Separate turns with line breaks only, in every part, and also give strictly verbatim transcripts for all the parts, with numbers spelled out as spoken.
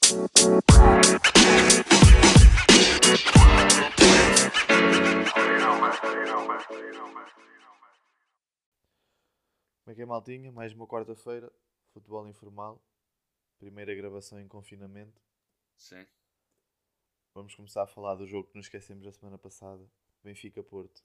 Como é que é, maltinha? Mais uma quarta-feira, futebol informal, primeira gravação em confinamento.
Sim.
Vamos começar a falar do jogo que nos esquecemos da semana passada, Benfica-Porto.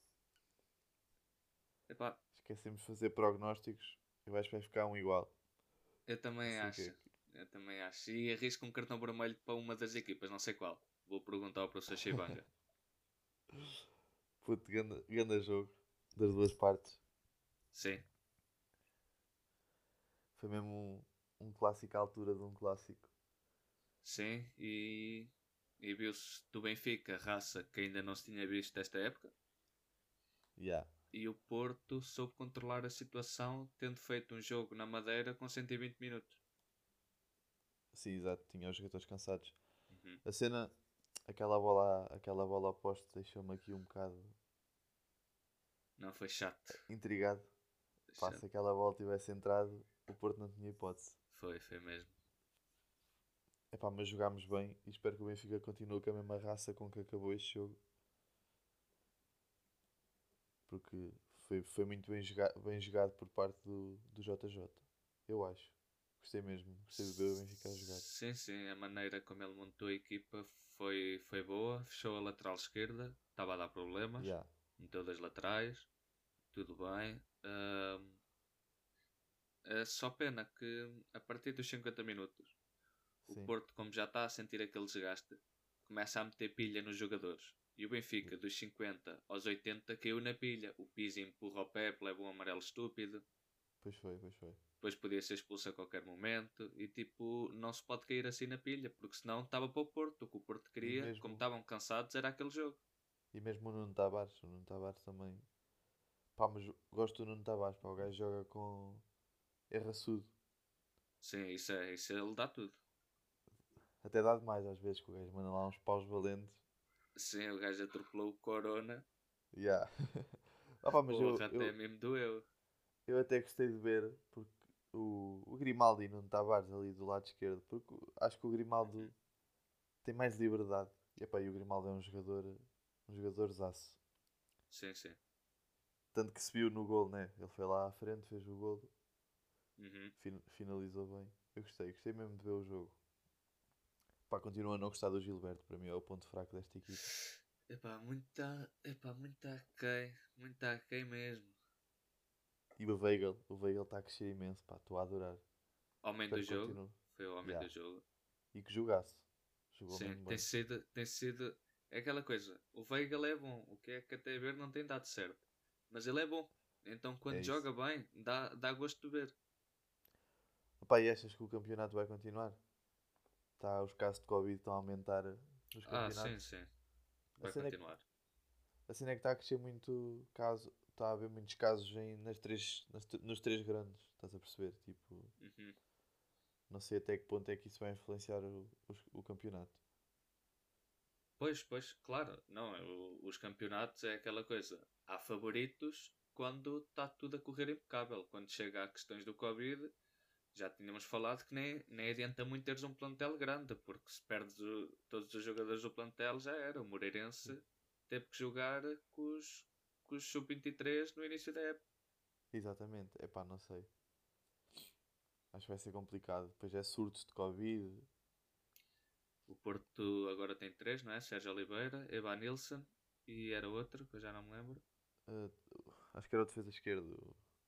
Epá,
Esquecemos de fazer prognósticos e vais vai ficar um igual.
eu
Não
também
sei o que é
acho.
que...
Eu também acho. E arrisco um cartão vermelho para uma das equipas, não sei qual. Vou perguntar ao professor Sheibanga.
Puto, ganda, ganda jogo das duas partes.
Sim,
Foi mesmo um, um clássico à altura de um clássico.
sim. E, e viu-se do Benfica, raça que ainda não se tinha visto desta época.
Yeah.
E o Porto soube controlar a situação, tendo feito um jogo na Madeira com cento e vinte minutos.
Sim, exato, tinha os jogadores cansados.
Uhum.
A cena, aquela bola, aquela bola oposta deixou-me aqui um bocado
Não foi chato.
intrigado.
Foi
Pá,
chato.
se aquela bola tivesse entrado, o Porto não tinha hipótese.
Foi, foi mesmo.
Epá, mas jogámos bem e espero que o Benfica continue com a mesma raça com que acabou este jogo. Porque foi, foi muito bem, joga bem jogado por parte do, do J J. Eu acho. Gostei mesmo. Gostei de ver o Benfica a jogar.
Sim, sim, a maneira como ele montou a equipa foi, foi boa. Fechou a lateral esquerda, estava a dar problemas
Yeah,
em todas as laterais, tudo bem. Ahm, é só pena que a partir dos cinquenta minutos o
sim.
Porto, como já está a sentir aquele desgaste, começa a meter pilha nos jogadores. E o Benfica, dos cinquenta aos oitenta, caiu na pilha. O Pizzi empurra o pé, leva um amarelo estúpido.
Pois foi, pois foi.
Depois podia ser expulso a qualquer momento e tipo, não se pode cair assim na pilha, porque senão estava para o Porto. O que o Porto
E
queria, como
mesmo,
estavam cansados, era aquele jogo.
e mesmo o Nuno Tavares. O Nuno Tavares também. Pá, mas gosto do Nuno Tavares. Pá, o gajo joga com. É raçudo.
Sim, isso é, isso ele dá tudo.
Até dá demais às vezes que o gajo manda lá uns paus valentes.
Sim, o gajo atropelou o Corona.
Yeah. Ah, pá, mas eu,
Porra, até
eu,
mesmo doeu.
eu até gostei de ver porque o, o Grimaldi não Tavares ali do lado esquerdo, porque acho que o Grimaldo
Uhum.
tem mais liberdade. E, epá, e o Grimaldo é um jogador, um jogador zaço.
Sim, sim.
Tanto que se viu no gol, né? Ele foi lá à frente, fez o gol,
Uhum.
fin- finalizou bem. Eu gostei, gostei mesmo de ver o jogo. Pá, continuo a não gostar do Gilberto, para mim é o ponto fraco desta equipa.
Epá, muito, epá, muito aquém, muito aquém mesmo.
E o Weigl, o Weigl está a crescer imenso, pá, estou a adorar.
Homem
Espero
do
que
jogo,
continue.
foi o homem
Yeah.
do jogo.
E que jogasse. Jogou
Sim,
mesmo
tem
bem.
sido, tem sido, é aquela coisa, o Weigl é bom, o que é que até ver não tem dado certo. Mas ele é bom, então
É
quando
isso.
joga bem, dá, dá gosto de ver.
Opa, e achas que o campeonato vai continuar? Tá, os casos de Covid estão a aumentar nos
Ah, sim,
campeonatos.
sim,
A
vai
cena é que,
continuar.
a cena é que está a crescer muito caso. Está a haver muitos casos em, nas três, nas t- nos três grandes. Estás a perceber? Tipo,
Uhum.
não sei até que ponto é que isso vai influenciar o, os- o campeonato.
Pois, pois, claro, não, é o- os campeonatos é aquela coisa, há favoritos quando está tudo a correr impecável. Quando chega a questões do Covid, já tínhamos falado que nem, nem adianta muito teres um plantel grande, porque se perdes o- todos os jogadores do plantel já era. O Moreirense teve que jogar com os, com os sub vinte e três no início da época.
Exatamente. Epá, não sei. Acho que vai ser complicado. Depois é surtos de Covid.
O Porto agora tem três, não é? Sérgio Oliveira, Evan Nilsson e era outro, que eu já não me lembro.
Uh, acho que era o defesa esquerdo.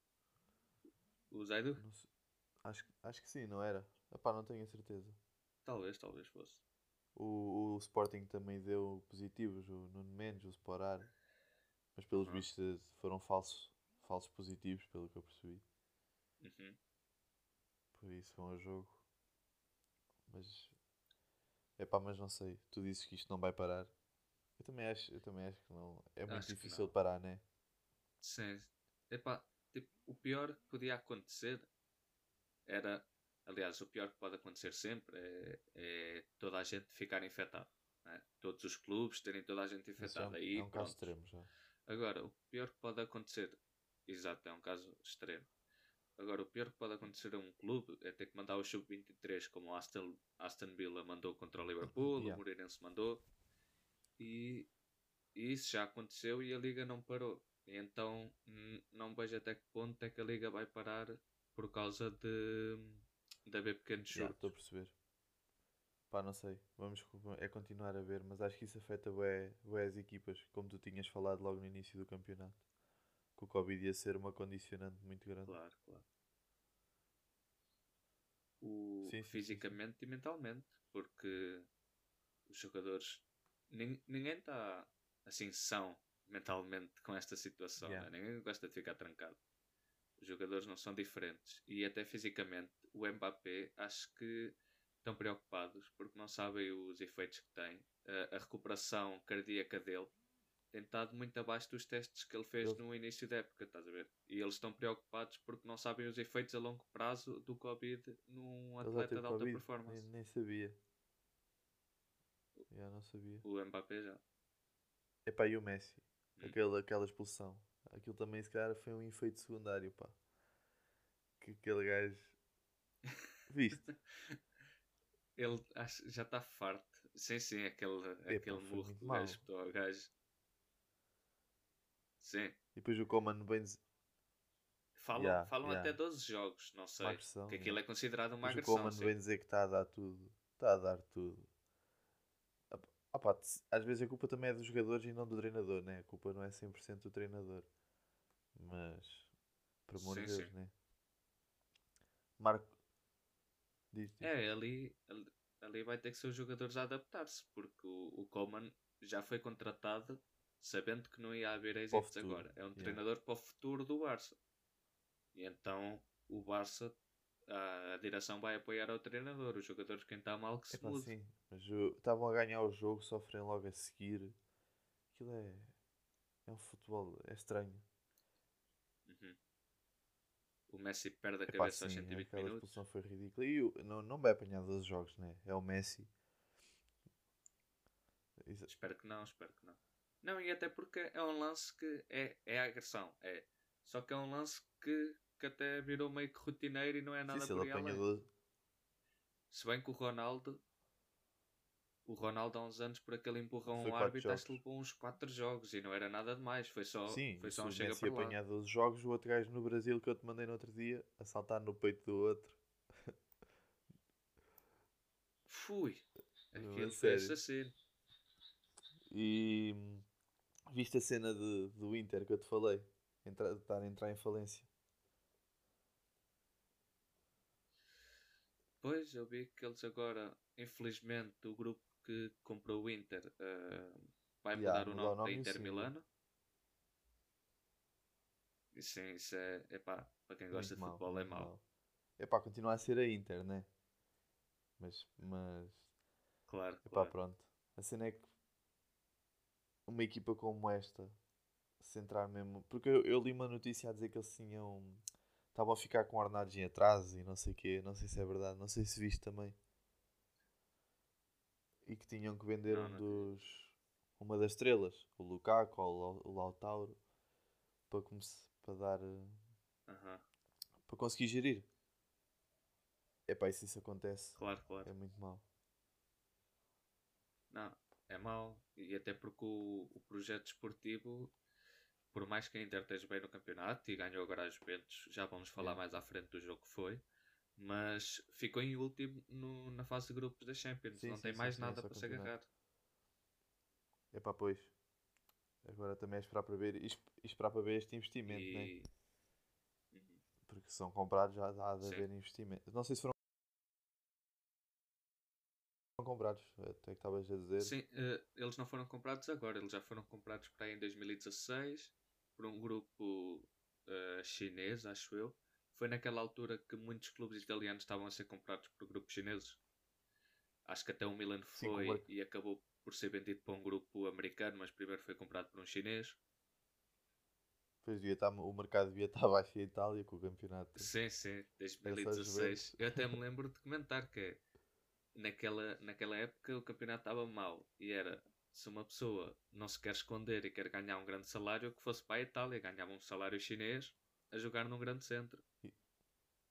O Zaidu?
Não sei. Acho, acho que sim, não era? Epá, não tenho a certeza.
Talvez, talvez fosse.
O, o Sporting também deu positivos. O Nuno Mendes, o Sporar. Mas pelos
Aham.
vistos eh, foram falsos, falsos positivos, pelo que eu percebi.
Uhum.
Por isso vão ao jogo. Mas é pá, mas não sei. Tu dizes que isto não vai parar. Eu também acho, eu também acho que não. É muito
Acho que
difícil
não.
de parar, né?
Sim. Epá, tipo, o pior que podia acontecer era. Aliás, o pior que pode acontecer sempre é, é toda a gente ficar infectada. Né? Todos os clubes terem toda a gente
Isso já é um,
infectada.
é
Aí,
um caso
prontos.
extremo já.
Agora, o pior que pode acontecer. Exato, é um caso extremo. Agora, o pior que pode acontecer a um clube é ter que mandar o sub vinte e três, como o Aston, Aston Villa mandou contra o Liverpool, o
Yeah.
Moreirense mandou, e, e isso já aconteceu e a Liga não parou. E então hum, não vejo até que ponto é que a Liga vai parar por causa de, de haver pequenos
Yeah, estou a
surtos.
perceber. Pá, não sei. Vamos é continuar a ver, mas acho que isso afeta bué, bué as equipas, como tu tinhas falado logo no início do campeonato. Que o Covid ia ser uma condicionante muito grande.
Claro, claro. O,
Sim, sim, sim, sim.
fisicamente e mentalmente, porque os jogadores. nin- Ninguém está assim são mentalmente com esta situação,
Yeah.
né? Ninguém gosta de ficar trancado. Os jogadores não são diferentes e até fisicamente o Mbappé acho que estão preocupados porque não sabem os efeitos que tem. A, a recuperação cardíaca dele tem estado muito abaixo dos testes que ele fez
Ele,
no início da época, estás a ver? E eles estão preocupados porque não sabem os efeitos a longo prazo do Covid num
ele já
atleta
teve
de alta
Covid? Nem,
performance.
nem sabia. Já não sabia.
O Mbappé já.
Epá, e o Messi?
Hum.
Aquela, aquela expulsão. Aquilo também, se calhar, foi um efeito secundário, pá. Que aquele gajo. Viste?
Ele acho, já está farto. Sim, sim, aquele,
Epá,
aquele
foi
murro
muito
que o gajo
mau.
espetou ao gajo. Sim.
E depois o Coman bem dizer.
Falam,
Ya,
falam
ya.
até doze jogos, não
Uma
sei. Que
agressão,
aquilo
ya.
é considerado uma
Depois o
agressão,
Coman
sim.
vem dizer que está a dar tudo. Está a dar tudo. Ah, pá, ah pá, tss, às vezes a culpa também é dos jogadores e não do treinador, né? A culpa não é cem por cento do treinador. Mas, por amor de
Sim, sim.
Deus, né? Marco, diz, diz.
É, ali, ali, ali vai ter que ser os jogadores a adaptar-se, porque o, o Coman já foi contratado sabendo que não ia haver
Para o
êxitos
futuro.
agora. É um
Ya.
treinador para o futuro do Barça. E então o Barça, a, a direção vai apoiar o treinador. Os jogadores, quem está mal, que se
Epá,
mude.
sim. Mas o- estavam a ganhar o jogo, sofrem logo a seguir. Aquilo é, é um futebol, é estranho.
Uhum. O Messi perde a
Epá,
cabeça aos
sim,
cento e vinte
aquela
minutos.
expulsão foi ridícula. E o- não, não vai apanhar doze jogos, né? É o Messi. Isso-
Espero que não, espero que não. Não, e até porque é um lance que é, é agressão, é. Só que é um lance que, que até virou meio que rotineiro e não é
Sim,
nada
se ele
por aí
apanha
além.
doze.
Se bem que o Ronaldo, o Ronaldo há uns anos por aquele empurrão
Foi
ao
quatro
árbitro, acho que
jogos.
levou uns quatro jogos e não era nada demais, foi só,
Sim,
foi
e
só
se
um
o
chega
Messi
para lá.
apanhar doze jogos, o outro gajo no Brasil que eu te mandei no outro dia, a saltar no peito do outro.
Fui!
Não, a
Aquilo foi
sério.
assassino.
E hum, viste a cena de, do Inter que eu te falei? Entra, estar a entrar em falência.
Pois, eu vi que eles agora, infelizmente, o grupo que comprou o Inter eh, vai
E há,
mudar o
mudar o
nome para
nome e o
Inter
símbolo.
Milano. E sim, isso é, epá, para quem gosta
Muito
de
mal,
futebol é
muito
mau.
mal. Epá, continua a ser a Inter, né? Mas, mas,
Claro,
epá,
claro.
pronto. A cena é que uma equipa como esta, se entrar mesmo. Porque eu, eu li uma notícia a dizer que eles tinham. Estavam a ficar com ordenados em atraso e não sei o quê. Não sei se é verdade. Não sei se viste também. E que tinham que vender
Não,
um
não vi.
dos. Uma das estrelas, o Lukaku ou o Lau- o Lautaro, para, começar, para dar. eh,
Aham,
para conseguir gerir. Epá, e se isso acontece,
claro, claro.
é muito mau.
Não, é mau. E até porque o, o projeto desportivo, por mais que a Inter esteja bem no campeonato e ganhou agora as Juventus, já vamos falar
Yeah.
mais à frente do jogo que foi, mas ficou em último no- na fase de grupos da Champions.
Sim,
Não tem
sim, sim,
mais
sim, é
nada
só
para se
campeonato.
agarrar.
Epá, pois. Agora também é esperar para ver. E esp- e esperar para ver este investimento, né?
E. Uhum.
Porque se são comprados já há de
Sim.
haver investimento. Não sei se foram comprados, até que estavas a dizer.
Sim, eh, eles não foram comprados agora, eles já foram comprados para aí em dois mil e dezasseis por um grupo eh, chinês, acho eu. Foi naquela altura que muitos clubes italianos estavam a ser comprados por grupos chineses. Acho que até o Milan
Sim, com o
foi
Marco.
e acabou por ser vendido para um grupo americano, mas primeiro foi comprado por um chinês.
Depois devia estar, o mercado devia estar abaixo em Itália com o campeonato.
Sim, sim,
Era só
dois mil e dezasseis.
Juventus.
Eu até me lembro de comentar que é, naquela, naquela época o campeonato estava mau e era se uma pessoa não se quer esconder e quer ganhar um grande salário, que fosse para a Itália, ganhava um salário chinês a jogar num grande centro.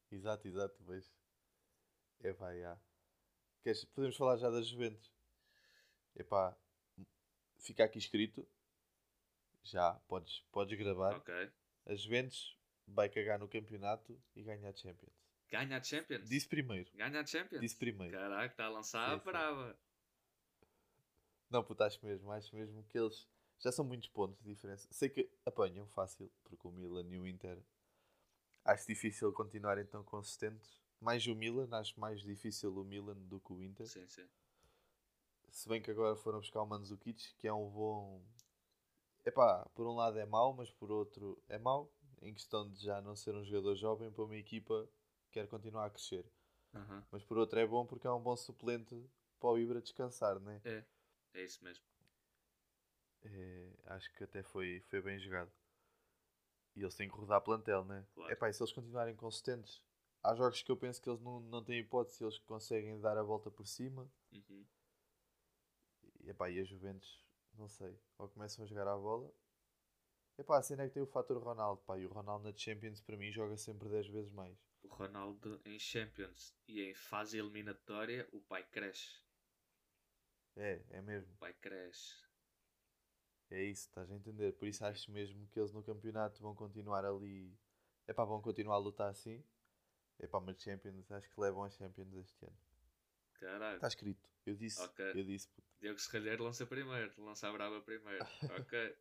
Exato, exato, pois. É pá, já. Queres- Podemos falar já das Juventus. Epá, fica aqui escrito, já, podes, podes gravar.
Ok.
A Juventus vai cagar no campeonato e ganhar a Champions.
Ganha a Champions.
Disse primeiro,
Ganha a
disse
Champions.
primeiro.
Caraca, está a lançar a
Sim, sim.
brava.
Não, puto, acho mesmo, acho mesmo que eles já são muitos pontos de diferença. Sei que apanham fácil, porque o Milan e o Inter acho difícil continuarem tão consistentes. Mais o Milan, acho mais difícil o Milan do que o Inter.
Sim, sim.
Se bem que agora foram buscar o Mandzukic, que é um bom. Epá, por um lado é mau, mas por outro é mau. Em questão de já não ser um jogador jovem para uma equipa que quer continuar a crescer.
Aham.
Mas por outro é bom porque é um bom suplente para o Ibra descansar, né?
É. É isso mesmo.
É, acho que até foi, foi bem jogado. E eles têm que rodar plantel, né?
Claro.
Epá, e se eles continuarem consistentes, há jogos que eu penso que eles não, não têm hipótese, eles conseguem dar a volta por cima.
Uhum.
E, epá, e a Juventus, não sei, ou começam a jogar à bola. Epá, a cena é que tem o fator Ronaldo, pá, e o Ronaldo na Champions para mim joga sempre dez vezes mais.
O Ronaldo em Champions e em fase eliminatória, o pai cresce.
É, é mesmo.
O pai cresce.
É isso, estás a entender. Por isso
Uhum.
acho mesmo que eles no campeonato vão continuar ali. Epá, vão continuar a lutar assim. Epá, mas Champions, acho que levam a Champions este ano.
Caralho.
Está escrito. Eu disse,
Ok.
eu disse, puto.
Diogo Serralheiro lança primeiro. Lança a brava primeiro. Ok.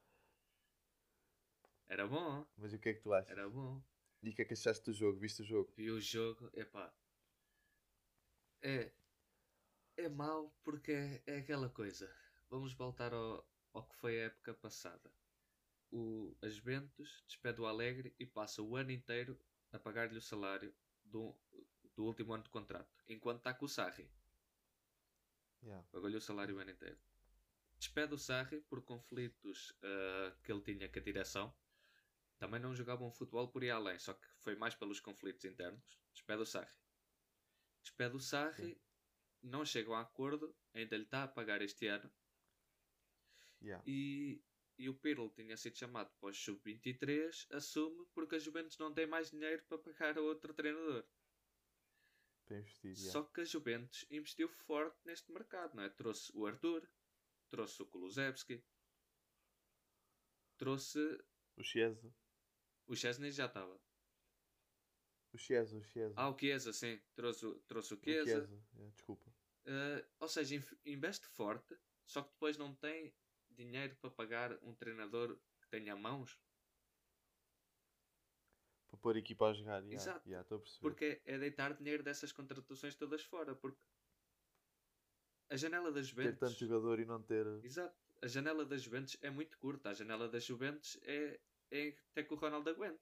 Era bom.
Mas e o que é que tu achas?
Era bom.
E o que é que achaste do jogo? Viste o jogo?
Vi o jogo. Epá. É, é mau porque é, é aquela coisa. Vamos voltar ao, ao que foi a época passada. O, a Juventus despede o Alegre e passa o ano inteiro a pagar-lhe o salário do, do último ano de contrato. Enquanto está com o Sarri.
Yeah.
Pagou-lhe o salário o ano inteiro. Despede o Sarri por conflitos uh, que ele tinha com a direção. Também não jogavam futebol por ir além, só que foi mais pelos conflitos internos. Despede o Sarri. Despede o
Sim.
Sarri, não chegam a acordo, ainda lhe está a pagar este ano.
Yeah.
E, e o Pirlo tinha sido chamado para o sub vinte e três, assume porque a Juventus não tem mais dinheiro para pagar a outro treinador.
Para investir, yeah.
Só que a Juventus investiu forte neste mercado, não é? Trouxe o Arthur, trouxe o Kulusevski, trouxe
O Chiesa.
o Chesney já estava.
O Chiesa, o Chiesa.
Ah, o Chiesa, sim. Trouxe, o- trouxe o
O
Chiesa.
Chiesa, yeah, desculpa.
Uh, ou seja, inf- investe forte, só que depois não tem dinheiro para pagar um treinador que tenha mãos.
Para pôr a equipa a jogar, yeah,
Exato.
yeah, estou a perceber.
Porque é, é deitar dinheiro dessas contratações todas fora. Porque a janela das
Ter tanto
Juventus.
jogador e não ter.
Exato. A janela das Juventus é muito curta. A janela das Juventus é, é até que o Ronaldo aguente.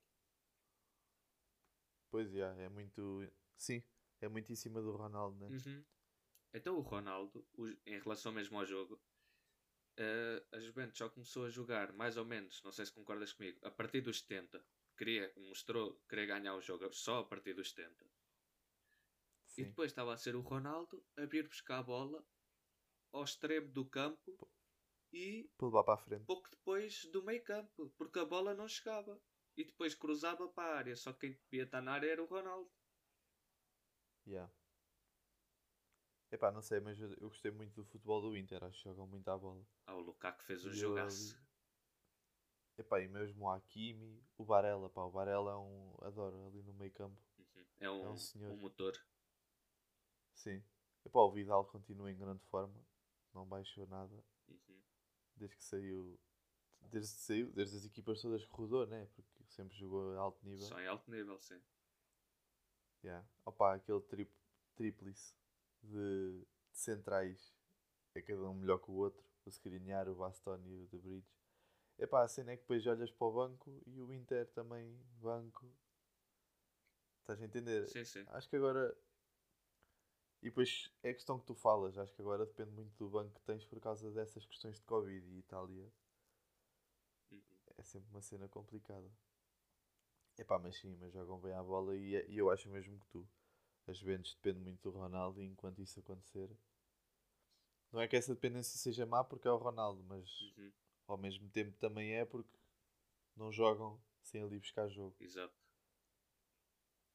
Pois, yeah, é muito. Sim, é muito em cima do Ronaldo, né?
Uhum. Então o Ronaldo, o- em relação mesmo ao jogo, uh, a Juventus só começou a jogar mais ou menos, não sei se concordas comigo, a partir dos setenta. Queria, mostrou querer ganhar o jogo só a partir dos setenta. E
Sim.
depois estava a ser o Ronaldo a vir buscar a bola ao extremo do campo e
Para levar para a frente.
pouco depois do meio campo, porque a bola não chegava. E depois cruzava para a área, só que quem devia estar na área era o Ronaldo.
Yeah. Epá, não sei, mas eu, eu gostei muito do futebol do Inter. Acho que jogam muito à bola.
Ah, o Lukaku fez um
E eu ali.
jogaço.
Epá, e mesmo o Hakimi, o Barella, pá, o Barella é um. Adoro ali no meio campo.
Uhum. É
É um
um,
senhor.
um motor.
Sim. Epá, o Vidal continua em grande forma. Não baixou nada.
Uhum.
Desde que saiu. Desde que saiu, desde as equipas todas que rodou, né? Porque sempre jogou a alto nível.
Só em alto nível, sim.
Yeah. Opa, aquele tri tríplice de, de centrais é cada um melhor que o outro. O Skriniar, o Bastoni e o De Bridge. Epá, a cena é que depois olhas para o banco e o Inter também banco. Estás a entender?
Sim, sim.
Acho que agora. E depois é a questão que tu falas. Acho que agora depende muito do banco que tens por causa dessas questões de Covid e Itália.
Uhum.
É sempre uma cena complicada. Epá, mas sim, mas jogam bem à bola e, é- e eu acho mesmo que tu. As Juventus depende muito do Ronaldo e enquanto isso acontecer. Não é que essa dependência seja má porque é o Ronaldo, mas
Uhum.
ao mesmo tempo também é porque não jogam sem ali buscar jogo.
Exato.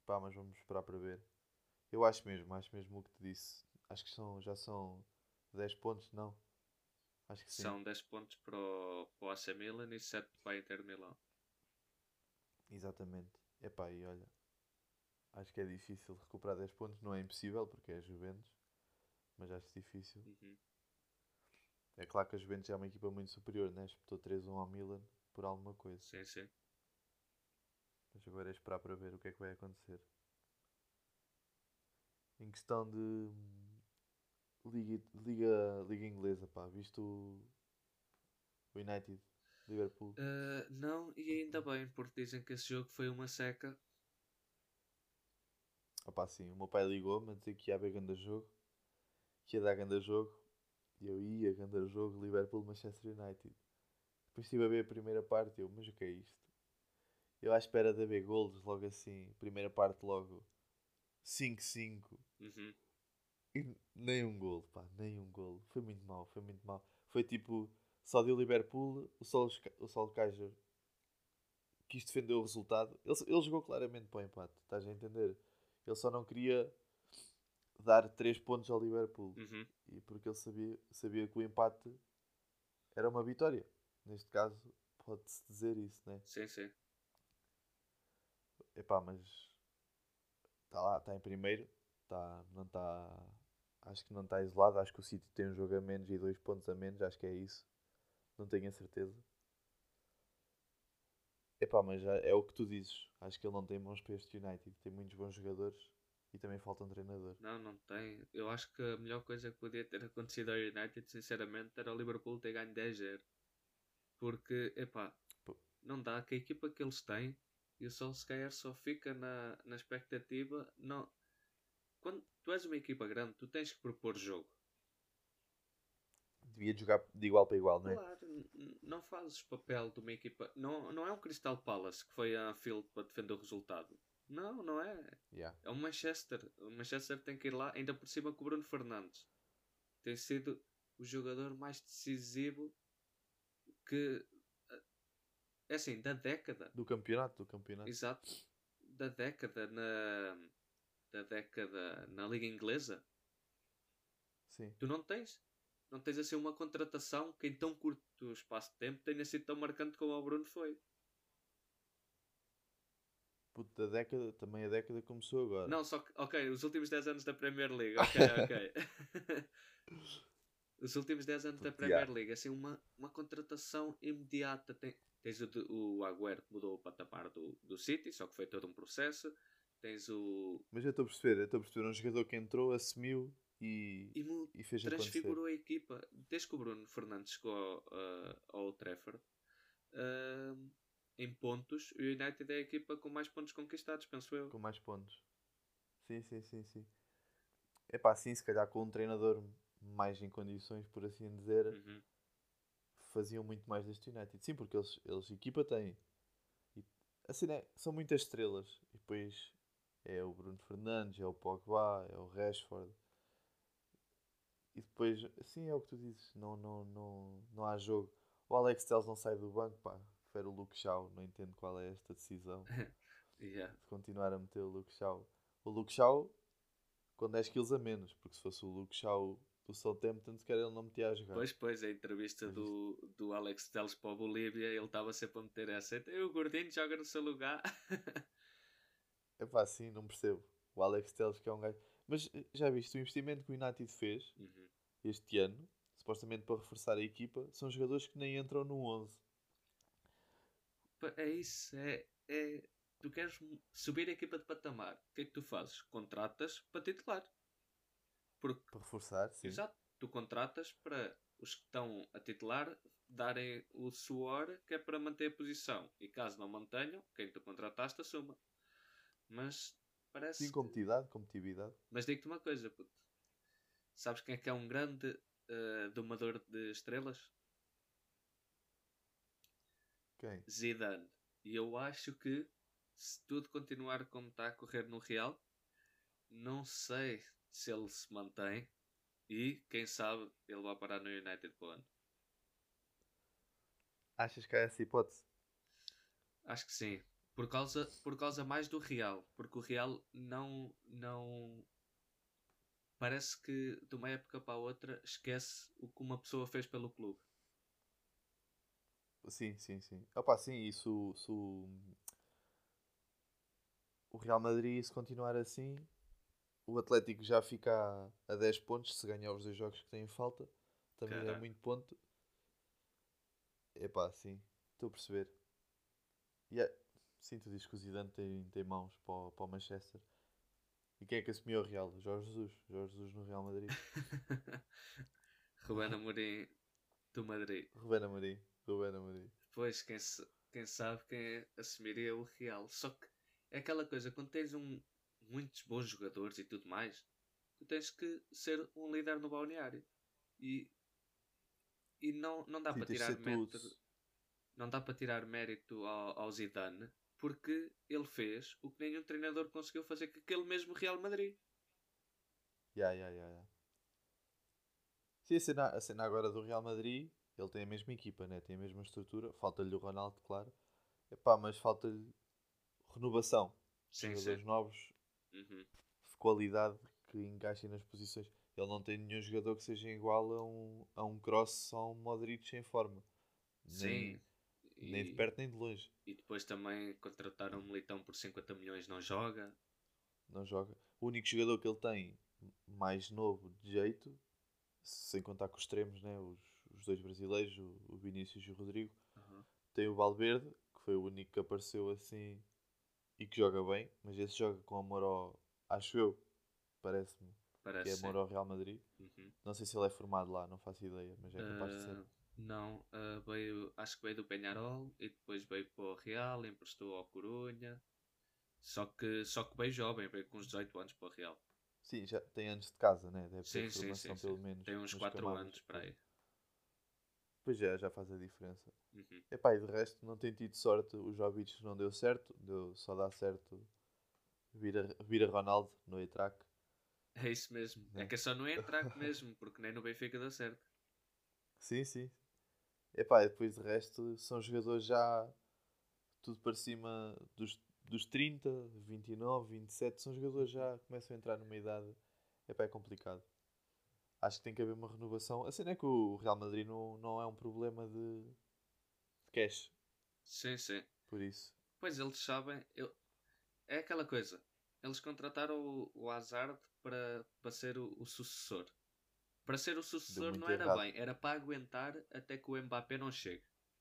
Pá, mas vamos esperar para ver. Eu acho mesmo, acho mesmo o que te disse. Acho que são, já são dez pontos, não? Acho que sim.
São dez pontos para o, para o A C Milan e sete para a Inter Milão.
Exatamente. Epá, e olha, acho que é difícil recuperar dez pontos. Não é impossível, porque é a Juventus. Mas acho difícil.
Uhum.
É claro que a Juventus é uma equipa muito superior, né? Espetou três a um ao Milan por alguma coisa.
Sim, sim.
Mas agora é esperar para ver o que é que vai acontecer. Em questão de hum, liga, liga, liga inglesa, pá, visto o o United, Liverpool.
Uh, não, e ainda bem, porque dizem que esse jogo foi uma seca.
Opá, sim, o meu pai ligou-me a dizer que ia haver grande jogo, que ia dar grande jogo, e eu ia, grande jogo, Liverpool, Manchester United. Depois estive a ver a primeira parte e eu, mas o que é isto? Eu à espera de haver golos logo assim, primeira parte logo cinco cinco
Uhum.
e nem um golo, pá, nem um golo. Foi muito mal, foi muito mal. Foi tipo, só deu Liverpool, o Solskjaer, o Solskjaer quis defender o resultado. Ele, ele jogou claramente para o empate, estás a entender? Ele só não queria dar três pontos ao Liverpool.
Uhum.
E porque ele sabia, sabia que o empate era uma vitória. Neste caso, pode-se dizer isso, né?
Sim, sim.
Epá, mas está lá, está em primeiro. Tá, não está. Acho que não está isolado. Acho que o City tem um jogo a menos e dois pontos a menos. Acho que é isso. Não tenho a certeza. Epá, mas já é o que tu dizes. Acho que ele não tem mãos para este United. Tem muitos bons jogadores e também falta um treinador.
Não, não tem. Eu acho que a melhor coisa que podia ter acontecido ao United, sinceramente, era o Liverpool ter ganho dez a zero. Porque, epá,
Pô,
não dá. Que a equipa que eles têm e o Solskjaer só fica na, na expectativa. Não. Quando tu és uma equipa grande, tu tens que propor jogo.
devia jogar de igual para igual, não é?
Claro, n- n- não fazes papel de uma equipa. Não, não é um Crystal Palace que foi a Anfield para defender o resultado. Não, não é.
Yeah.
É o Manchester. O Manchester tem que ir lá, ainda por cima com o Bruno Fernandes. Tem sido o jogador mais decisivo que. eh, É assim, da década.
Do campeonato, do campeonato.
Exato. Da década na. Da década na Liga Inglesa.
Sim.
Tu não tens. Não tens assim uma contratação que em tão curto espaço de tempo tenha sido tão marcante como o Bruno foi.
Puto, da década, também a década começou agora.
Não, só que, ok, os últimos dez anos da Premier League, ok, ok. Os últimos dez anos da
Puto, yeah.
Premier League, assim, uma, uma contratação imediata. Tem, tens o, de- o Agüero que mudou o patamar do, do City, só que foi todo um processo. Tens o.
Mas eu estou a perceber, eu estou a perceber. Um jogador que entrou, assumiu e,
E mu-
e fez acontecer.
transfigurou a equipa. Desde que o Bruno Fernandes chegou ao, uh, ao Trafford, uh, em pontos, o United é a equipa com mais pontos conquistados, penso eu.
Com mais pontos. Sim, sim, sim, sim. É pá, sim, se calhar com um treinador mais em condições, por assim dizer,
Uhum.
faziam muito mais deste United. Sim, porque eles, eles equipa têm. E, assim, né, são muitas estrelas. E depois é o Bruno Fernandes, é o Pogba, é o Rashford. E depois, sim, é o que tu dizes, não, não, não, não há jogo. O Alex Telles não sai do banco, pá, prefere o Luke Shaw, não entendo qual é esta decisão
Yeah.
de continuar a meter o Luke Shaw. O Luke Shaw com dez quilos a menos, porque se fosse o Luke Shaw do Southampton, se calhar ele não metia a jogar.
Pois, pois, a entrevista
Mas isto,
do, do Alex Telles para o Bolívia, ele estava sempre a meter essa. E o gordinho joga no seu lugar.
é pá, sim, não percebo. O Alex Telles que é um gajo. Mas eh, já viste, o investimento que o United fez
Uhum.
este ano, supostamente para reforçar a equipa, são jogadores que nem entram no onze.
Pa- É isso, é, é. Tu queres subir a equipa de patamar. O que é que tu fazes? Contratas para titular. Porque,
Para reforçar, sim.
exato, tu contratas para os que estão a titular darem o suor que é para manter a posição. E caso não mantenham, quem tu contrataste assuma. Mas
Sim,
parece que.
competitividade, competitividade.
Mas digo-te uma coisa, puto. Sabes quem é que é um grande eh, domador de estrelas?
Quem?
Zidane. E eu acho que se tudo continuar como está a correr no Real, não sei se ele se mantém e quem sabe ele vai parar no United para o ano.
Achas que há essa hipótese?
Acho que sim. Por causa, por causa mais do Real. Porque o Real não, não. Parece que de uma época para a outra esquece o que uma pessoa fez pelo clube.
Sim, sim, sim. Opa, sim, e se o, se o o Real Madrid, se continuar assim, o Atlético já fica a, a dez pontos se ganhar os dois jogos que têm falta. Também já é
Caraca.
muito ponto. Epá, sim, estou a perceber. E é, sim, tu dizes que o Zidane tem, tem mãos para, o- para o Manchester. E quem é que assumiu o Real? Jorge Jesus. Jorge Jesus no Real Madrid.
Ruben Amorim do Madrid.
Rubén Amorim. Rubén Amorim.
Pois, quem, se- quem sabe quem assumiria o Real. Só que é aquela coisa, quando tens um, muitos bons jogadores e tudo mais, tu tens que ser um líder no balneário. E, e não, não dá
Sim,
para
tens de
tirar
ser tu.
mérito, não dá para tirar mérito ao, ao Zidane, porque ele fez o que nenhum treinador conseguiu fazer com aquele mesmo Real Madrid.
Ya, ya, ya, ya. Sim, a cena, a cena agora do Real Madrid, ele tem a mesma equipa, né? Tem a mesma estrutura. Falta-lhe o Ronaldo, claro. Epá, mas falta-lhe renovação.
Sim, sim.
Jogadores novos,
Uhum.
de qualidade, que encaixem nas posições. Ele não tem nenhum jogador que seja igual a um, a um Kroos ou a um Modric em forma. Nem,
Sim.
nem de
E,
perto nem de longe.
e depois também contrataram um Militão por cinquenta milhões, não joga.
Não joga. O único jogador que ele tem mais novo de jeito, sem contar com os extremos, né? os, os dois brasileiros, o, o Vinícius e o Rodrigo,
Uhum.
tem o Valverde, que foi o único que apareceu assim e que joga bem, mas esse joga com amor ao. Acho eu, parece-me, que é
Parece
amor
sim.
ao Real Madrid.
Uhum.
Não sei se ele é formado lá, não faço ideia, mas é capaz de ser.
Ah, não, ah, veio, acho que veio do Peñarol e depois veio para o Real, emprestou ao Corunha. Só que, só que veio jovem, veio com uns dezoito anos para o Real.
Sim, já tem anos de casa, né? Deve ter
Sim, sim, sim,
formação
sim.
pelo menos
Tem uns
nas
quatro
camadas
anos
do
para
clube.
aí.
Pois já, já faz a diferença.
Uhum.
Epá, e de resto não tem tido sorte. O Jovic não deu certo, deu, só dá certo vira, vira Ronaldo no E-Track,
É isso mesmo. É
né?
que é só não é track mesmo, porque nem no Benfica dá certo.
Sim, sim. Epá, e depois de resto são jogadores já tudo para cima dos, dos trinta, vinte e nove, vinte e sete. São jogadores
Uhum.
já que começam a entrar numa idade. Epá, é complicado. Acho que tem que haver uma renovação. A cena é que o Real Madrid não, não é um problema de, de cash,
Sim, sim.
por isso.
Pois eles sabem. eu- É aquela coisa. Eles contrataram o, o Hazard para, para ser o, o sucessor. Para ser o
Deu
sucessor não
muito
era
errado.
bem, era para aguentar até que o Mbappé não chegue.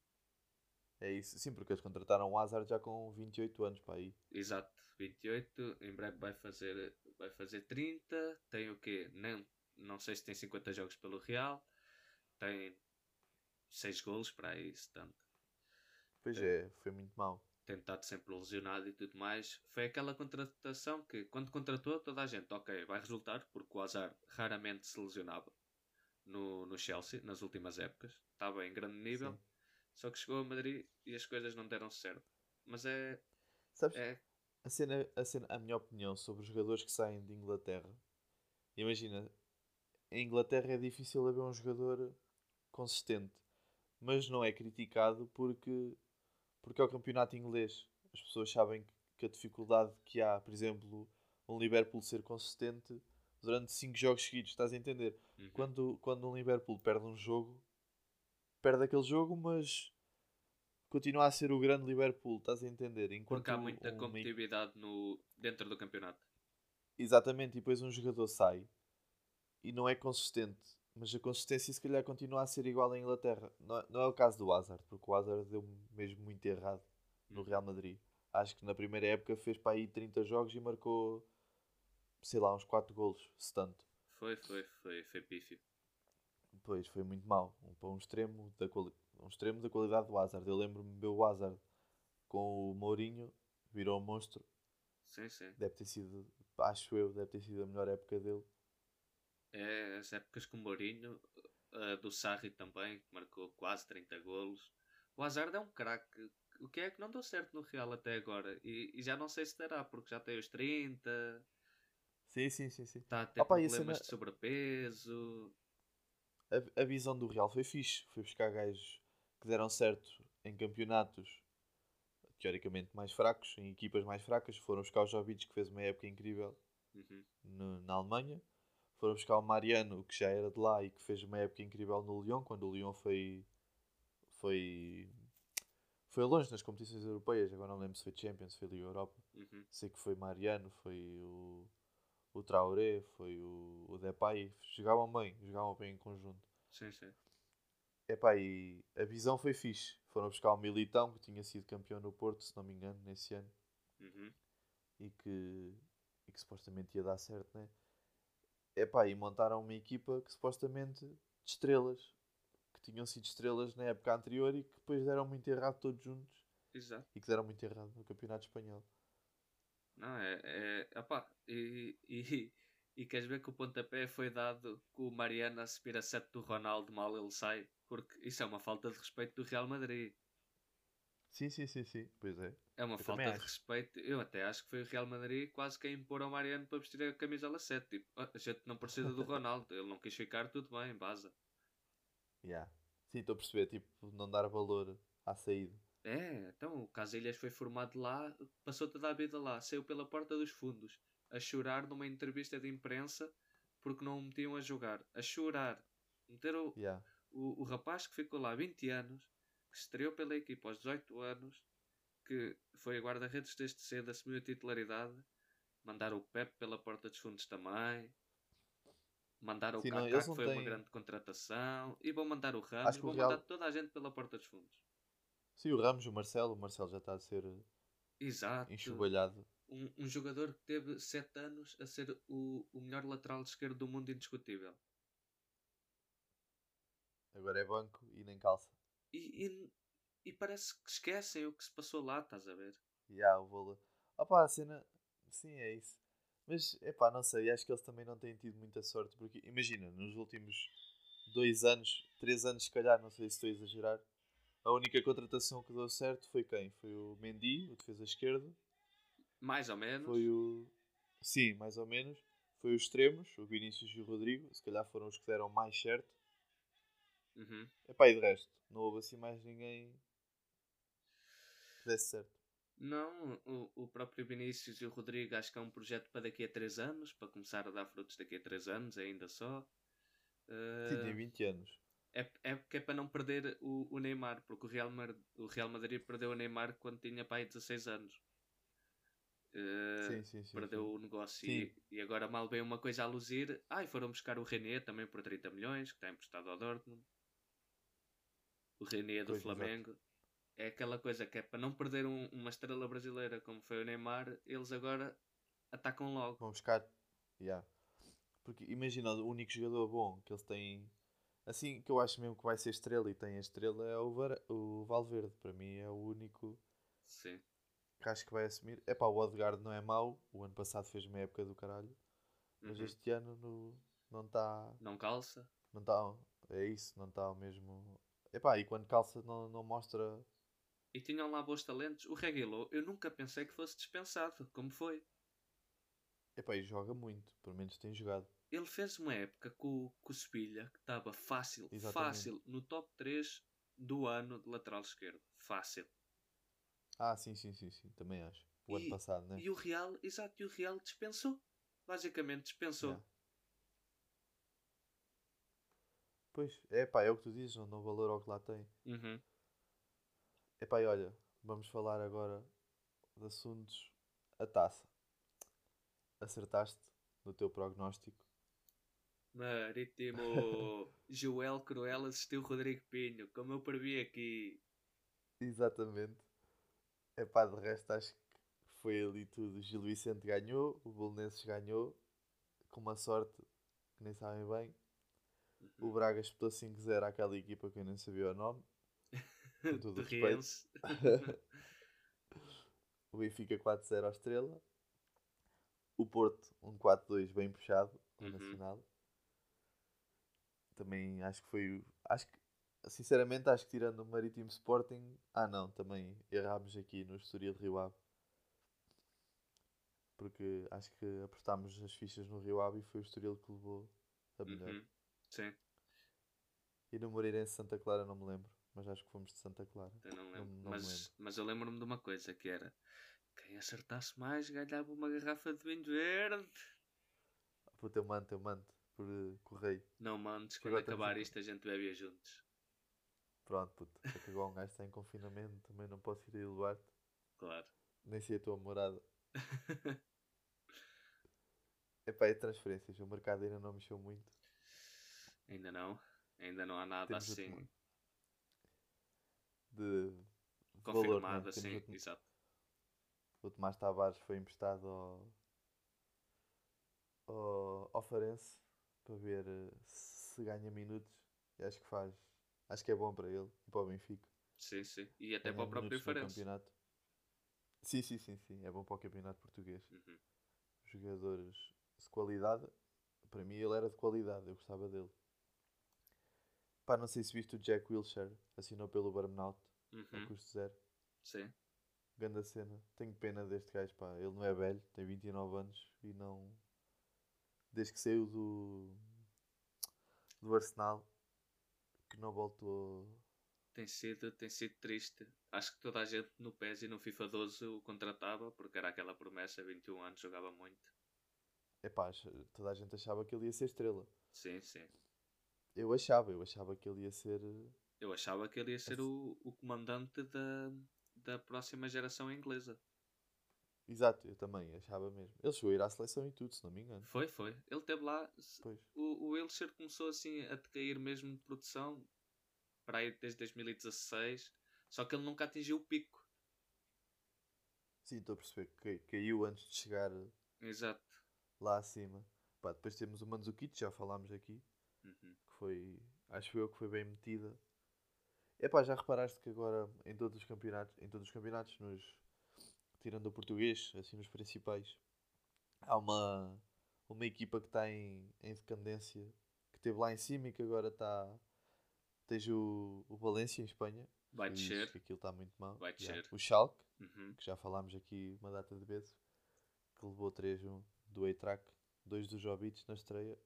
É isso. Sim, porque eles contrataram o Hazard já com vinte e oito anos para aí.
Exato, vinte e oito, em breve vai fazer, vai fazer trinta, tem o quê? Nem, não sei se tem cinquenta jogos pelo Real, tem seis golos para aí, se tanto.
Pois
Tem,
é, foi muito mau.
tem estado sempre lesionado e tudo mais. Foi aquela contratação que, quando contratou, toda a gente, ok, vai resultar, porque o Hazard raramente se lesionava no, no Chelsea, nas últimas épocas. Estava em grande nível,
Sim.
só que chegou a Madrid e as coisas não deram certo. Mas é,
Sabes,
é
a cena, a cena, a minha opinião sobre os jogadores que saem de Inglaterra. Imagina, em Inglaterra é difícil haver um jogador consistente, mas não é criticado porque, porque é o campeonato inglês. As pessoas sabem que a dificuldade que há, por exemplo, um Liverpool ser consistente durante cinco jogos seguidos, estás a entender?
uhum.
Quando, quando um Liverpool perde um jogo, perde aquele jogo, mas continua a ser o grande Liverpool, estás a entender?
Porque há
Enquanto
muita
uma,
competitividade no, dentro do campeonato.
exatamente, e depois um jogador sai e não é consistente, mas a consistência se calhar continua a ser igual em Inglaterra. Não é, não é o caso do Hazard, porque o Hazard deu mesmo muito errado no
Uhum.
Real Madrid. Acho que na primeira época fez para aí trinta jogos e marcou, sei lá, uns quatro golos, se tanto.
Foi, foi, foi, foi pífio.
Pois, foi muito mau. Um, para um extremo, da quali um extremo da qualidade do Hazard. Eu lembro-me de ver o Hazard com o Mourinho, virou um monstro.
Sim, sim.
Deve ter sido, acho eu, deve ter sido a melhor época dele.
É as épocas com o Mourinho, a do Sarri também, que marcou quase trinta golos. O Hazard é um craque. O que é que não deu certo no Real até agora? E, e já não sei se dará, porque já tem os trinta,
Sim, sim, sim, sim.
está a ter
Opa, e a
problemas
cena,
de sobrepeso.
a, a visão do Real foi fixe. Foi buscar gajos que deram certo em campeonatos teoricamente mais fracos, em equipas mais fracas. Foram buscar o Jovic, que fez uma época incrível
Uhum.
no- na Alemanha. Foram buscar o Mariano, que já era de lá e que fez uma época incrível no Lyon, quando o Lyon foi, foi, foi longe nas competições europeias. Agora não lembro se foi Champions, se foi Liga Europa.
Uhum.
Sei que foi Mariano, foi o, o Traoré, foi o, o Depay. Jogavam bem, jogavam bem em conjunto.
Sim, sim.
Epá, e a visão foi fixe. Foram buscar o Militão, que tinha sido campeão no Porto, se não me engano, nesse ano.
Uhum.
E que, e que supostamente ia dar certo, né? Epá, e montaram uma equipa que supostamente de estrelas. Que tinham sido estrelas na época anterior e que depois deram muito errado todos juntos.
Exato.
E que deram muito errado no Campeonato Espanhol.
Não, é. é opá, e, e, e queres ver que o pontapé foi dado com o Mariano a subir a sete do Ronaldo mal ele sai? Porque isso é uma falta de respeito do Real Madrid.
Sim, sim, sim, sim. Pois é.
É uma
Eu também
falta de
acho.
respeito. Eu até acho que foi o Real Madrid quase que a impor ao Mariano para vestir a camisola sete. Tipo, "Ah, a gente não precisa do Ronaldo. Ele não quis ficar, tudo bem, baza."
Yeah. Sim, estou a perceber. Tipo, não dar valor à saída.
É, então o Casillas foi formado lá, passou toda a vida lá, saiu pela porta dos fundos, a chorar numa entrevista de imprensa porque não o metiam a jogar. A chorar. Meteram
Yeah.
o, o rapaz que ficou lá vinte anos, que estreou pela equipa aos dezoito anos, que foi a guarda-redes desde cedo, assumiu a titularidade, mandaram o Pep pela porta dos fundos também, mandaram o
Sim, não,
Kaká,
eles
que
não
foi uma
têm.
grande contratação, e vão mandar o Ramos,
Acho que o
vão mandar
Real.
toda a gente pela porta dos fundos.
Sim, o Ramos, o Marcelo. O Marcelo já está a ser eh,
Exato.
enxovalhado.
Um, um jogador que teve sete anos a ser o, o melhor lateral esquerdo do mundo indiscutível.
Agora é banco e nem calça.
E, e, e parece que esquecem o que se passou lá, estás a ver?
E há o vôlei. Opá, a cena. Sim, é isso. Mas, epá, não sei. Acho que eles também não têm tido muita sorte. Porque, imagina, nos últimos dois anos, três anos, se calhar, não sei se estou a exagerar, a única contratação que deu certo foi quem? Foi o Mendy, o defesa esquerdo.
Mais ou menos.
Foi o. Sim, mais ou menos. Foi os extremos, o Vinícius e o Rodrigo. Se calhar foram os que deram mais certo.
Uhum.
Epá, e de resto, não houve assim mais ninguém que desse certo.
Não, o, o próprio Vinícius e o Rodrigo acho que é um projeto para daqui a três anos, para começar a dar frutos daqui a três anos, ainda só.
Sim, tem
Uh,
vinte anos.
é, é porque é para não perder o, o Neymar, porque o Real, Mar, o Real Madrid perdeu o Neymar quando tinha pai dezasseis anos. Uh,
Sim, sim, sim,
perdeu
sim.
o negócio
Sim,
e, e agora mal veio uma coisa a luzir. Ai, foram buscar o René também por trinta milhões, que está emprestado ao Dortmund. O René do
pois, exato.
Flamengo. É aquela coisa que é para não perder um- uma estrela brasileira como foi o Neymar, eles agora atacam logo.
Vão buscar. Yeah. Porque imagina, o único jogador bom que eles têm. Assim que eu acho mesmo que vai ser estrela e tem a estrela é o, Var... o Valverde. Para mim é o único
Sim.
que acho que vai assumir. É pá, o Odegaard não é mau. O ano passado fez uma época do caralho. Mas
Uhum.
este ano no... não está.
Não calça.
Não está. É isso, não está o mesmo. Epá, e quando calça não, não mostra.
E tinham lá bons talentos. O Reguilô, eu nunca pensei que fosse dispensado, como foi.
Epá, e joga muito. Pelo menos tem jogado.
Ele fez uma época com, com o Sevilha que estava fácil,
Exatamente.
fácil, no top três do ano de lateral esquerdo. Fácil.
Ah, sim, sim, sim, sim. Também acho. O ano
E,
passado, né?
e o Real, exato, e o Real dispensou. Basicamente
Yeah.
dispensou.
Pois, é pá, é o que tu dizes, não dão valor ao que lá tem.
Uhum.
É pá, e olha, vamos falar agora de assuntos. A taça. Acertaste no teu prognóstico.
Marítimo. Joel Cruel assistiu Rodrigo Pinho, como eu previ aqui.
Exatamente. É pá, de resto acho que foi ali tudo. O Gil Vicente ganhou, o Bolonenses ganhou, com uma sorte que nem sabem bem. O
Uhum.
Braga espetou cinco zero àquela equipa que eu nem sabia o nome, com todo o respeito.
Torriense.
O Benfica quatro zero à Estrela. O Porto um quatro dois bem puxado ao
Uhum.
Nacional. Também acho que foi. o- Acho que, sinceramente, acho que tirando o Marítimo Sporting. Ah, não, também errámos aqui no Estoril de Rio Ave. Porque acho que apostámos as fichas no Rio Ave e foi o Estoril que levou a melhor.
Uhum. Sim.
E no Moreirense Santa Clara não me lembro. mas acho que fomos de Santa Clara.
Eu não
Não,
lembro.
não me lembro.
Mas, mas eu lembro-me de uma coisa que era quem acertasse mais ganhava uma garrafa de vinho verde.
Puta, eu mando, eu mando por uh, correio.
Não mandes,
Que
quando
agora estamos em.
acabar
co-
isto a gente bebe juntos.
Pronto, puto. É que agora um gajo está em confinamento, também não posso ir aí levar-te.
Claro.
Nem sei a tua morada. Epá, é transferências. O mercado ainda não mexeu muito.
Ainda não. Ainda não há nada
Temos o Toma-
assim
de, de valor, né?
confirmado
Temos o,
assim.
Tom-
Exato.
o Tomás Tavares foi emprestado ao, ao, ao Farense para ver eh, se ganha minutos. E acho que faz. Acho que é bom para ele e para o Benfica.
Sim, sim. E até para
Ganhar
o próprio
minutos no
Farense.
campeonato. Sim, sim, sim, sim. É bom para o campeonato português.
Uhum.
Jogadores de qualidade. Para mim ele era de qualidade. Eu gostava dele. Pá, não sei se viste o Jack Wilshere. Assinou pelo Burnout. A
Uhum.
custo zero.
Sim.
Ganda cena. Tenho pena deste gajo, pá. Ele não é velho. Tem vinte e nove anos. E não... Desde que saiu do... Do Arsenal. Que não voltou...
Tem sido, tem sido triste. Acho que toda a gente no P E S e no FIFA doze o contratava porque era aquela promessa, vinte e um anos, jogava muito.
Epá, ach- toda a gente achava que ele ia ser estrela.
Sim, sim.
Eu achava. Eu achava que ele ia ser... eh,
Eu achava que ele ia ser
ass-
o, o comandante da, da próxima geração inglesa.
Exato, eu também achava mesmo. Ele chegou a ir à seleção e tudo, se não me engano.
Foi, foi. Ele esteve lá. se-
Pois.
O, o Wilshere começou assim a decair mesmo de produção para aí desde dois mil e dezasseis. Só que ele nunca atingiu o pico.
Sim, estou a perceber que caiu antes de chegar
Exato.
lá acima. Pá, depois temos o Mandzukic, já falámos aqui,
Uhum.
que foi, acho eu que foi bem metida. Epá, já reparaste que agora em todos os campeonatos, em todos os campeonatos, nos, tirando o português, assim nos principais, há uma, uma equipa que está em, em decadência, que esteve lá em cima e que agora está. Tens o, o Valência em Espanha,
Vai
que dizes
descer.
que aquilo está muito mal.
Vai
Yeah.
descer.
O Schalke,
Uhum.
que já falámos aqui uma data de vezes, que levou três um do Eintracht, dois do Jovic na estreia.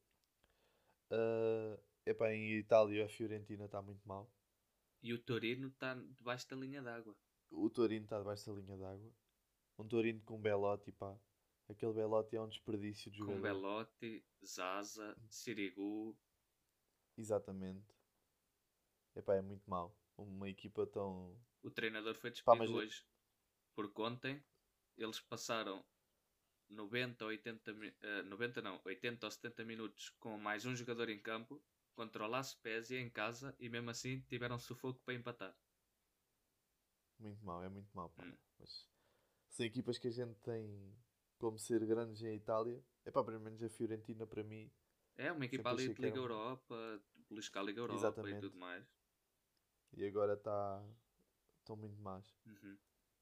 Uh, epá, em Itália a Fiorentina está muito mal.
E o Torino está debaixo da linha d'água.
O Torino está debaixo da linha d'água. Um Torino com Belotti, pá. Aquele Belotti é um desperdício de
Com
jogador.
Belotti, Zaza, Sirigu.
Exatamente. Epá, é muito mal. Uma equipa tão...
O treinador foi
Pá, mas...
despedido hoje. Porque ontem eles passaram noventa, oitenta, mi- eh, noventa não, oitenta ou setenta minutos com mais um jogador em campo contra o La Spezia em casa e mesmo assim tiveram sufoco para empatar.
Muito mal, é muito mal, pá.
Hum.
Mas são equipas que a gente tem como ser grandes em Itália. Epá, pelo menos a Fiorentina para mim
É uma equipa
sempre
ali
achei
de
que era
Liga
uma...
Europa, de beliscar a Liga Europa e
Exatamente.
tudo mais.
E agora está... Estão muito más.
Uhum.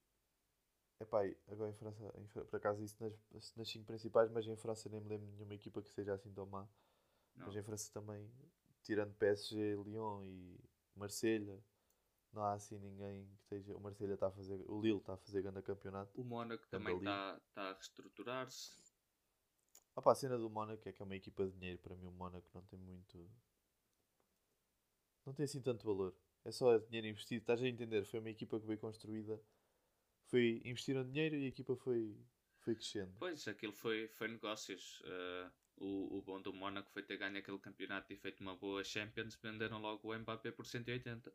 Epá, e agora em França, em Fra- por acaso isso nas, nas cinco principais, mas em França nem me lembro de nenhuma equipa que seja assim tão má. Mas
Não.
em França também, tirando P S G, Lyon e Marselha, não há assim ninguém que esteja. O Marselha está a fazer. O Lille está a fazer grande campeonato.
O Mónaco
Ganda
também
Lille.
está tá a reestruturar-se.
Ah pá, a cena do Mónaco é que é uma equipa de dinheiro. Para mim, o Mónaco não tem muito. Não tem assim tanto valor. É só dinheiro investido. Estás a entender? Foi uma equipa que veio construída. Foi, investiram dinheiro e a equipa foi, foi crescendo.
Pois, aquilo foi, foi negócios. Eh, o, o bom do Mónaco foi ter ganho aquele campeonato e feito uma boa Champions. Venderam logo o Mbappé por cento e oitenta.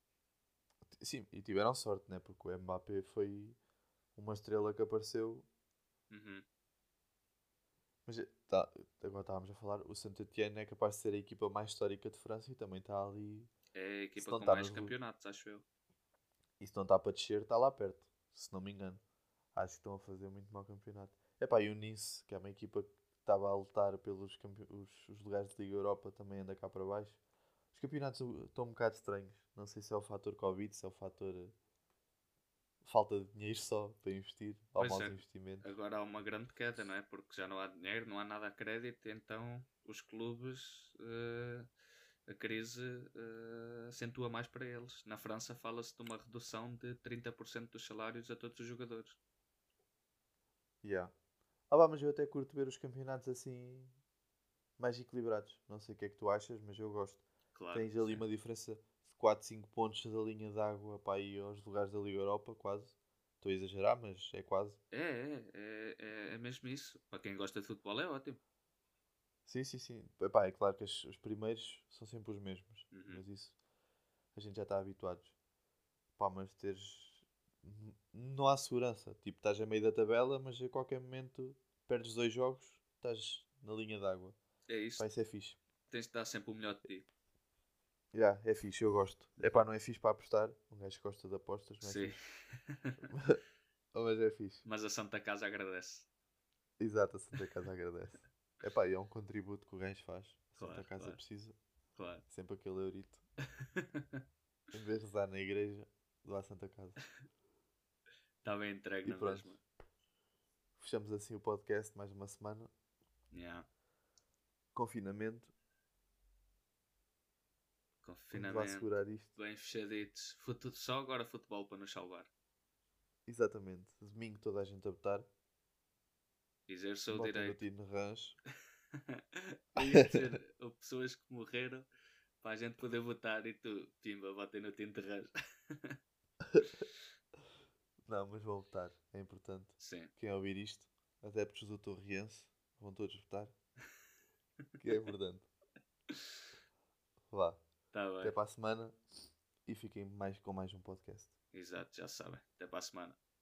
Sim, e tiveram sorte, né? Porque o Mbappé foi uma estrela que apareceu.
Uhum.
Mas eh, tá, agora estávamos a falar, o Saint-Étienne é capaz de ser a equipa mais histórica de França e também está ali.
É a
Se
equipa
não
com
está
mais
nos. lu-
campeonatos, acho eu.
E se não está para descer, está lá perto. Se não me engano. Acho que estão a fazer muito mau campeonato. Epá, e o Nice, que é uma equipa que estava a lutar pelos campe... os, os lugares de Liga Europa, também anda cá para baixo. Os campeonatos uh, estão um bocado estranhos. Não sei se é o fator Covid, se é o fator uh, falta de dinheiro só para investir, ou
Pois
maus
é,
investimentos.
agora há uma grande queda, não é? Porque já não há dinheiro, não há nada a crédito, então os clubes, eh, a crise eh, acentua mais para eles. Na França fala-se de uma redução de trinta por cento dos salários a todos os jogadores.
Yeah. Ah, pá, mas eu até curto ver os campeonatos assim mais equilibrados. Não sei o que é que tu achas, mas eu gosto.
Claro,
Tens ali
sim.
uma diferença de quatro, cinco pontos da linha d'água para ir aos lugares da Liga Europa, quase. Estou a exagerar, mas é quase.
É, é, é, é, é mesmo isso. Para quem gosta de futebol é ótimo.
Sim, sim, sim. Epá, é claro que os, os primeiros são sempre os mesmos,
Uhum.
mas isso a gente já está habituados. Pá, mas teres. n- Não há segurança. Tipo, estás a meio da tabela, mas a qualquer momento perdes dois jogos, estás na linha d'água.
É isso.
Pá, isso é fixe.
Tens de dar sempre o melhor de ti.
Já, é fixe, eu gosto.
Uhum.
Epá, não é fixe para apostar. Um gajo que gosta de apostas, não é
Sim.
fixe. Mas é fixe.
Mas a Santa Casa agradece.
Exato, a Santa Casa agradece. Epá, e é um contributo que o gajo faz. A Santa
Claro,
Casa
claro,
precisa.
claro.
Sempre aquele eurito. Em vez de dar na igreja, doar à Santa Casa.
Está bem entregue
E
na
pronto.
mesma.
Fechamos assim o podcast mais uma semana.
Yeah.
Confinamento. Vamos lá
Confinamento.
segurar isto.
Bem fechaditos. Futu- Só agora futebol para nos salvar.
Exatamente. Domingo toda a gente a votar.
Exerça o
Votem no
direito.
Tino Rancho.
Eu ia dizer, houve pessoas que morreram para a gente poder votar e tu, pimba, votem no Tinto Rancho.
Não, mas vão votar. É importante.
Sim.
Quem ouvir isto, adeptos do Torriense, vão todos votar. Que é importante. Vá.
Está
Até
bem.
para a semana. E fiquem mais com mais um podcast.
Exato, já sabem. Até para a semana.